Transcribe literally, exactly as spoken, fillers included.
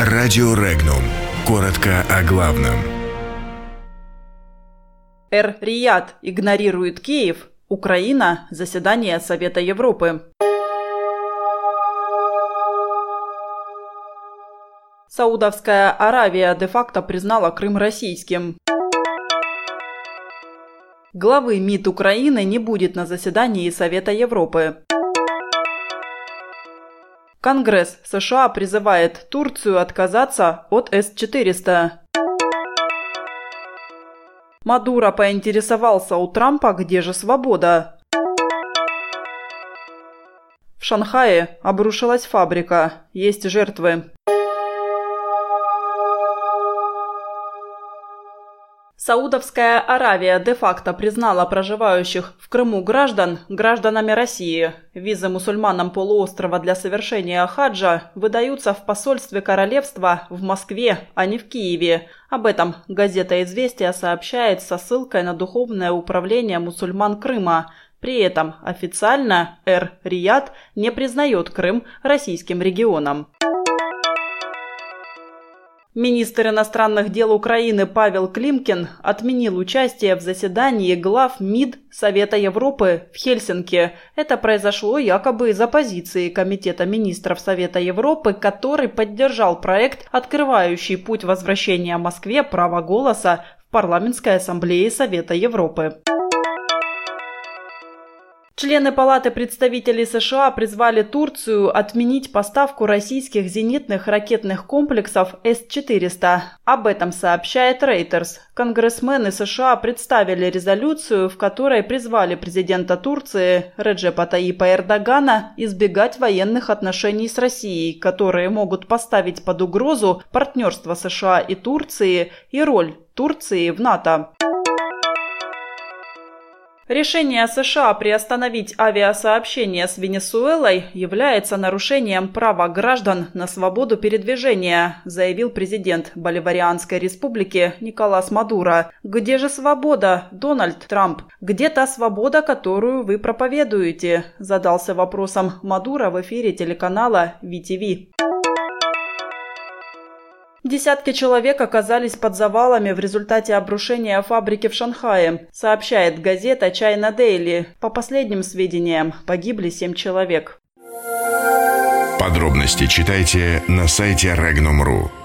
Радио Регнум. Коротко о главном. Эр-Рияд игнорирует Киев. Украина. Заседание Совета Европы. Саудовская Аравия де-факто признала Крым российским. Главы МИД Украины не будет на заседании Совета Европы. Конгресс США призывает Турцию отказаться от эс четыреста. Мадуро поинтересовался у Трампа, где же свобода. В Шанхае обрушилась фабрика. Есть жертвы. Саудовская Аравия де-факто признала проживающих в Крыму граждан гражданами России. Визы мусульманам полуострова для совершения хаджа выдаются в посольстве королевства в Москве, а не в Киеве. Об этом газета «Известия» сообщает со ссылкой на Духовное управление мусульман Крыма. При этом официально Эр-Рияд не признает Крым российским регионом. Министр иностранных дел Украины Павел Климкин отменил участие в заседании глав МИД Совета Европы в Хельсинки. Это произошло якобы из оппозиции Комитета министров Совета Европы, который поддержал проект, открывающий путь возвращения Москве права голоса в Парламентской ассамблее Совета Европы. Члены Палаты представителей США призвали Турцию отменить поставку российских зенитных ракетных комплексов эс четыреста. Об этом сообщает Reuters. Конгрессмены США представили резолюцию, в которой призвали президента Турции Реджепа Таyyипа Эрдогана избегать военных отношений с Россией, которые могут поставить под угрозу партнерство США и Турции и роль Турции в НАТО. Решение США приостановить авиасообщение с Венесуэлой является нарушением права граждан на свободу передвижения, заявил президент Боливарианской республики Николас Мадуро. Где же свобода, Дональд Трамп? Где та свобода, которую вы проповедуете? Задался вопросом Мадуро в эфире телеканала ви ти ви. Десятки человек оказались под завалами в результате обрушения фабрики в Шанхае, сообщает газета China Daily. По последним сведениям, погибли семь человек. Подробности читайте на сайте регнум точка ру.